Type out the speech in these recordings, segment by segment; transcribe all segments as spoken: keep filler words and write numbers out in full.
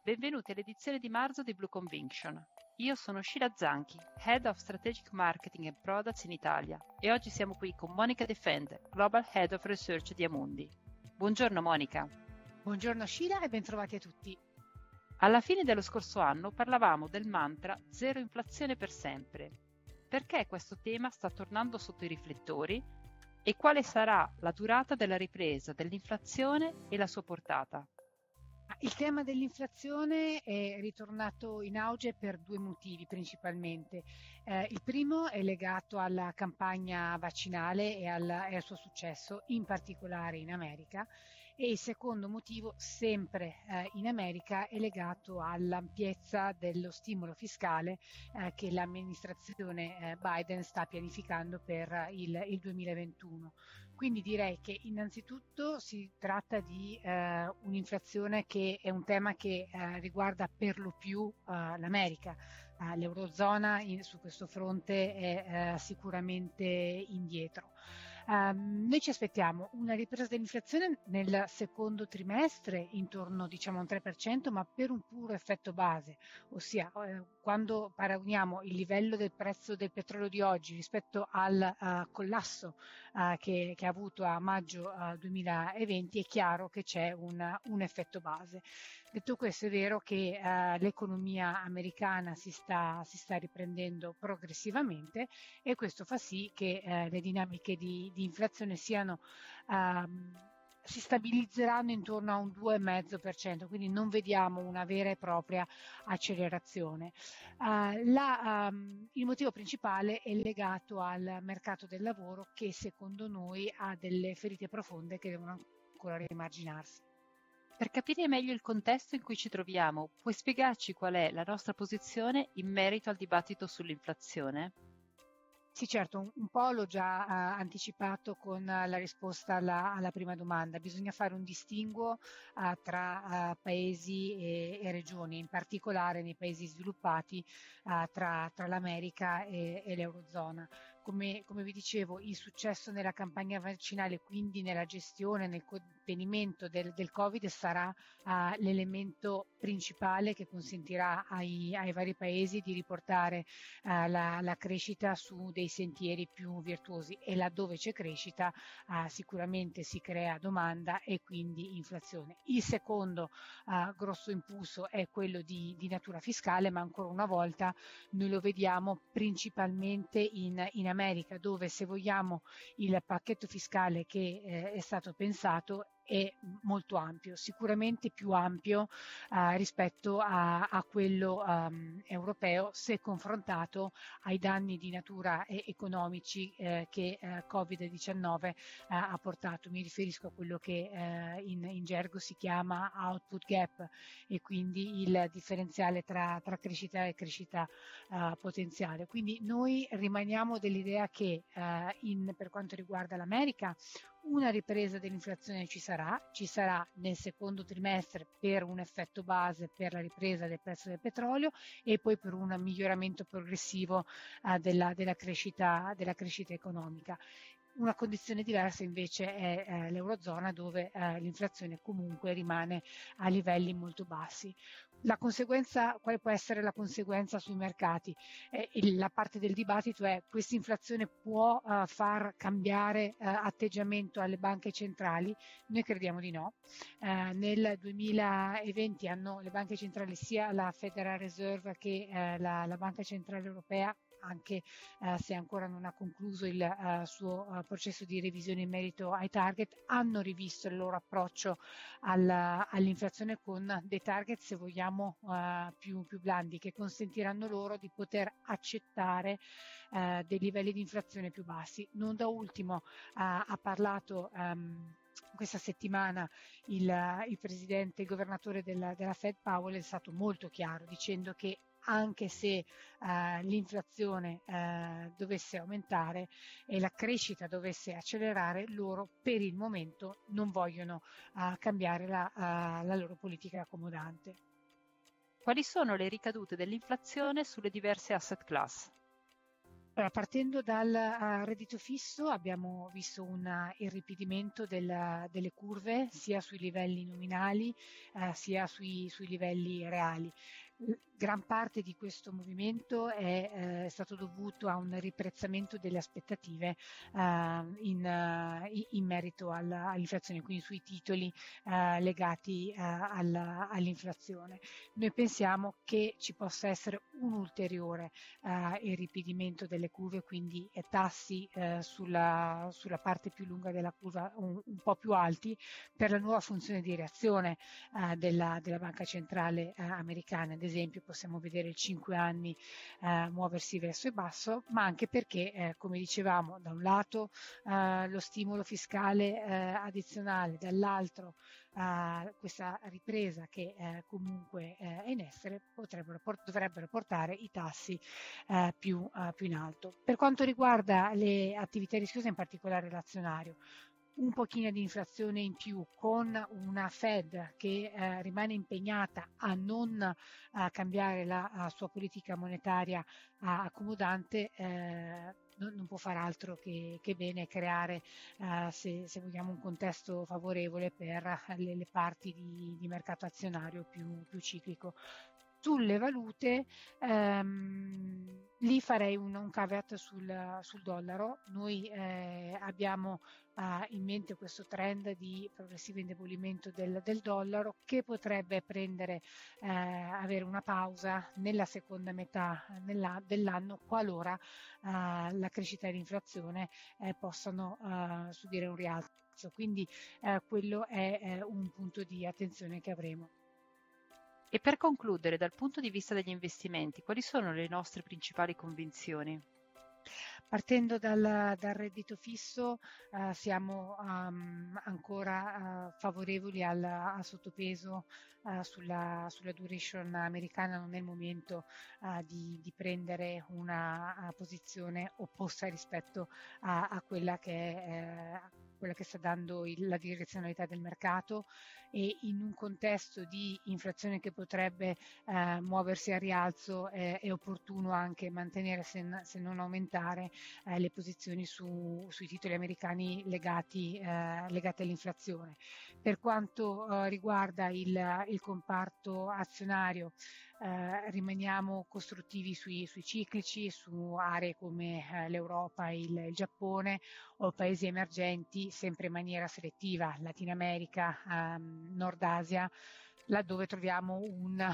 Benvenuti all'edizione di marzo di Blue Conviction. Io sono Sheila Zanchi, Head of Strategic Marketing and Products in Italia e oggi siamo qui con Monica Defender, Global Head of Research di Amundi. Buongiorno Monica. Buongiorno Sheila e bentrovati a tutti. Alla fine dello scorso anno parlavamo del mantra zero inflazione per sempre. Perché questo tema sta tornando sotto i riflettori e quale sarà la durata della ripresa dell'inflazione e la sua portata? Il tema dell'inflazione è ritornato in auge per due motivi principalmente. Eh, il primo è legato alla campagna vaccinale e al, e al suo successo, in particolare in America, e il secondo motivo, sempre eh, in America, è legato all'ampiezza dello stimolo fiscale eh, che l'amministrazione eh, Biden sta pianificando per il, il duemilaventuno. Quindi direi che innanzitutto si tratta di eh, un'inflazione che è un tema che eh, riguarda per lo più eh, l'America. Uh, l'Eurozona in, su questo fronte è uh, sicuramente indietro. Um, noi ci aspettiamo una ripresa dell'inflazione nel secondo trimestre intorno diciamo a un tre per cento, ma per un puro effetto base, ossia eh, quando paragoniamo il livello del prezzo del petrolio di oggi rispetto al uh, collasso uh, che, che ha avuto a maggio uh, duemilaventi, è chiaro che c'è un, un effetto base. Detto questo, è vero che uh, l'economia americana si sta, si sta riprendendo progressivamente e questo fa sì che uh, le dinamiche di, di inflazione siano uh, si stabilizzeranno intorno a un due virgola cinque per cento, quindi non vediamo una vera e propria accelerazione. Uh, la, um, il motivo principale è legato al mercato del lavoro che secondo noi ha delle ferite profonde che devono ancora rimarginarsi. Per capire meglio il contesto in cui ci troviamo, puoi spiegarci qual è la nostra posizione in merito al dibattito sull'inflazione? Sì, certo, un, un po' l'ho già uh, anticipato con uh, la risposta alla, alla prima domanda. Bisogna fare un distinguo uh, tra uh, paesi e, e regioni, in particolare nei paesi sviluppati uh, tra, tra l'America e, e l'Eurozona. Come, come vi dicevo, il successo nella campagna vaccinale, quindi nella gestione, nel contenimento del, del Covid, sarà uh, l'elemento principale che consentirà ai, ai vari paesi di riportare uh, la, la crescita su dei sentieri più virtuosi, e laddove c'è crescita uh, sicuramente si crea domanda e quindi inflazione. Il secondo uh, grosso impulso è quello di, di natura fiscale, ma ancora una volta noi lo vediamo principalmente in, in America, dove, se vogliamo, il pacchetto fiscale che eh, è stato pensato è molto ampio, sicuramente più ampio uh, rispetto a, a quello um, europeo, se confrontato ai danni di natura e economici eh, che eh, covid diciannove eh, ha portato. Mi riferisco a quello che eh, in, in gergo si chiama output gap, e quindi il differenziale tra, tra crescita e crescita eh, potenziale. Quindi noi rimaniamo dell'idea che eh, in, per quanto riguarda l'America, una ripresa dell'inflazione ci sarà, ci sarà nel secondo trimestre per un effetto base per la ripresa del prezzo del petrolio e poi per un miglioramento progressivo uh, della, della, crescita, della crescita economica. Una condizione diversa invece è eh, l'Eurozona, dove eh, l'inflazione comunque rimane a livelli molto bassi. La conseguenza, quale può essere la conseguenza sui mercati? Eh, il, la parte del dibattito è: questa inflazione può uh, far cambiare uh, atteggiamento alle banche centrali? Noi crediamo di no. Uh, nel duemilaventi hanno le banche centrali, sia la Federal Reserve che uh, la, la Banca Centrale Europea, anche eh, se ancora non ha concluso il uh, suo uh, processo di revisione in merito ai target, hanno rivisto il loro approccio alla, all'inflazione con dei target, se vogliamo, uh, più, più blandi, che consentiranno loro di poter accettare uh, dei livelli di inflazione più bassi. Non da ultimo uh, ha parlato um, questa settimana il, il presidente, il governatore della, della Fed, Powell, è stato molto chiaro dicendo che anche se uh, l'inflazione uh, dovesse aumentare e la crescita dovesse accelerare, loro per il momento non vogliono uh, cambiare la, uh, la loro politica accomodante. Quali sono le ricadute dell'inflazione sulle diverse asset class? Allora, partendo dal uh, reddito fisso abbiamo visto un uh, irripidimento del, delle curve sia sui livelli nominali uh, sia sui, sui livelli reali. Gran parte di questo movimento è, eh, è stato dovuto a un riprezzamento delle aspettative eh, in, uh, in merito alla, all'inflazione, quindi sui titoli eh, legati eh, alla, all'inflazione. Noi pensiamo che ci possa essere un ulteriore eh, irripidimento delle curve, quindi eh, tassi eh, sulla, sulla parte più lunga della curva un, un po' più alti per la nuova funzione di reazione eh, della, della Banca Centrale eh, americana. Ad esempio possiamo vedere il cinque anni eh, muoversi verso il basso, ma anche perché, eh, come dicevamo, da un lato eh, lo stimolo fiscale eh, addizionale, dall'altro eh, questa ripresa che eh, comunque eh, è in essere potrebbero, dovrebbero portare i tassi eh, più, eh, più in alto. Per quanto riguarda le attività rischiose, in particolare l'azionario, un pochino di inflazione in più con una Fed che eh, rimane impegnata a non a cambiare la a sua politica monetaria a, accomodante, eh, non, non può far altro che, che bene creare, eh, se, se vogliamo, un contesto favorevole per le, le parti di, di mercato azionario più, più ciclico. Sulle valute, ehm, lì farei un, un caveat sul, sul dollaro. Noi eh, abbiamo eh, in mente questo trend di progressivo indebolimento del, del dollaro che potrebbe prendere, eh, avere una pausa nella seconda metà nella, dell'anno qualora eh, la crescita e l'inflazione eh, possano eh, subire un rialzo. Quindi eh, quello è eh, un punto di attenzione che avremo. E per concludere, dal punto di vista degli investimenti, quali sono le nostre principali convinzioni? Partendo dal, dal reddito fisso eh, siamo um, ancora uh, favorevoli al, al sottopeso uh, sulla, sulla duration americana. Non è il momento uh, di, di prendere una uh, posizione opposta rispetto a, a quella che è eh, quella che sta dando il, la direzionalità del mercato, e in un contesto di inflazione che potrebbe eh, muoversi a rialzo eh, è opportuno anche mantenere, se, se non aumentare, eh, le posizioni su, sui titoli americani legati, eh, legati all'inflazione. Per quanto eh, riguarda il, il comparto azionario, eh, rimaniamo costruttivi sui, sui ciclici, su aree come eh, l'Europa, il, il Giappone o paesi emergenti, sempre in maniera selettiva, Latina America, ehm, Nord Asia, laddove troviamo una,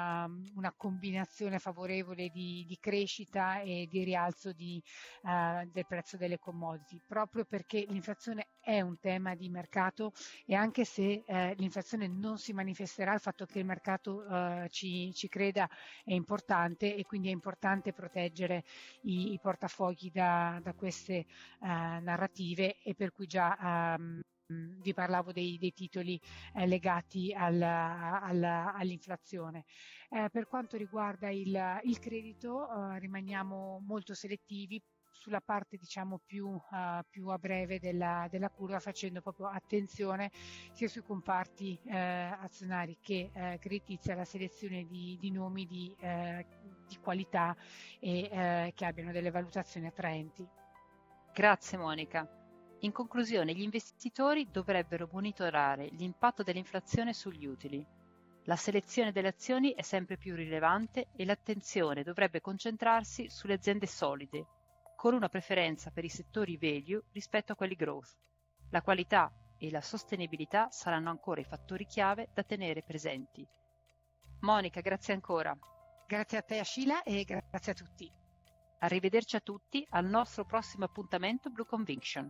uh, una combinazione favorevole di, di crescita e di rialzo di, uh, del prezzo delle commodity, proprio perché l'inflazione è un tema di mercato, e anche se uh, l'inflazione non si manifesterà, il fatto che il mercato uh, ci, ci creda è importante, e quindi è importante proteggere i, i portafogli da, da queste uh, narrative, e per cui già um, vi parlavo dei, dei titoli eh, legati alla, alla, all'inflazione. Eh, per quanto riguarda il, il credito, eh, rimaniamo molto selettivi sulla parte, diciamo, più, uh, più a breve della, della curva, facendo proprio attenzione sia sui comparti eh, azionari che eh, creditizi alla selezione di, di nomi di, eh, di qualità e eh, che abbiano delle valutazioni attraenti. Grazie Monica. In conclusione, gli investitori dovrebbero monitorare l'impatto dell'inflazione sugli utili. La selezione delle azioni è sempre più rilevante e l'attenzione dovrebbe concentrarsi sulle aziende solide, con una preferenza per i settori value rispetto a quelli growth. La qualità e la sostenibilità saranno ancora i fattori chiave da tenere presenti. Monica, grazie ancora. Grazie a te, Ashila, e grazie a tutti. Arrivederci a tutti al nostro prossimo appuntamento Blue Conviction.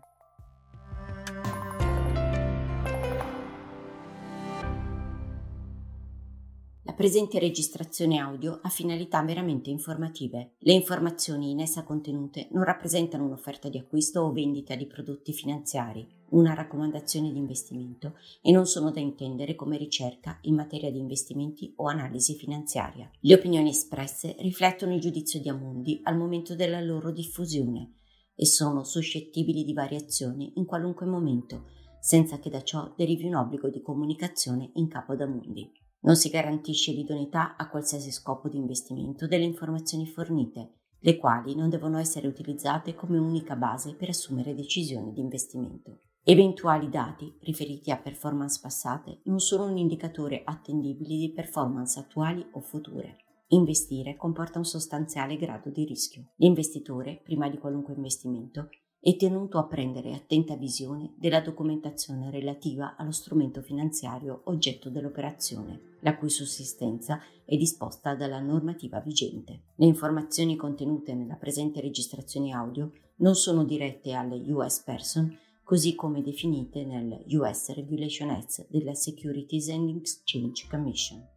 La presente registrazione audio ha finalità meramente informative. Le informazioni in essa contenute non rappresentano un'offerta di acquisto o vendita di prodotti finanziari, una raccomandazione di investimento, e non sono da intendere come ricerca in materia di investimenti o analisi finanziaria. Le opinioni espresse riflettono il giudizio di Amundi al momento della loro diffusione e sono suscettibili di variazioni in qualunque momento, senza che da ciò derivi un obbligo di comunicazione in capo ad Amundi. Non si garantisce l'idoneità a qualsiasi scopo di investimento delle informazioni fornite le quali non devono essere utilizzate come unica base per assumere decisioni di investimento. Eventuali dati riferiti a performance passate non sono un indicatore attendibile di performance attuali o future. Investire comporta un sostanziale grado di rischio. L'investitore, prima di qualunque investimento, è tenuto a prendere attenta visione della documentazione relativa allo strumento finanziario oggetto dell'operazione, la cui sussistenza è disposta dalla normativa vigente. Le informazioni contenute nella presente registrazione audio non sono dirette alle U S Person, così come definite nel U S Regulation Act della Securities and Exchange Commission.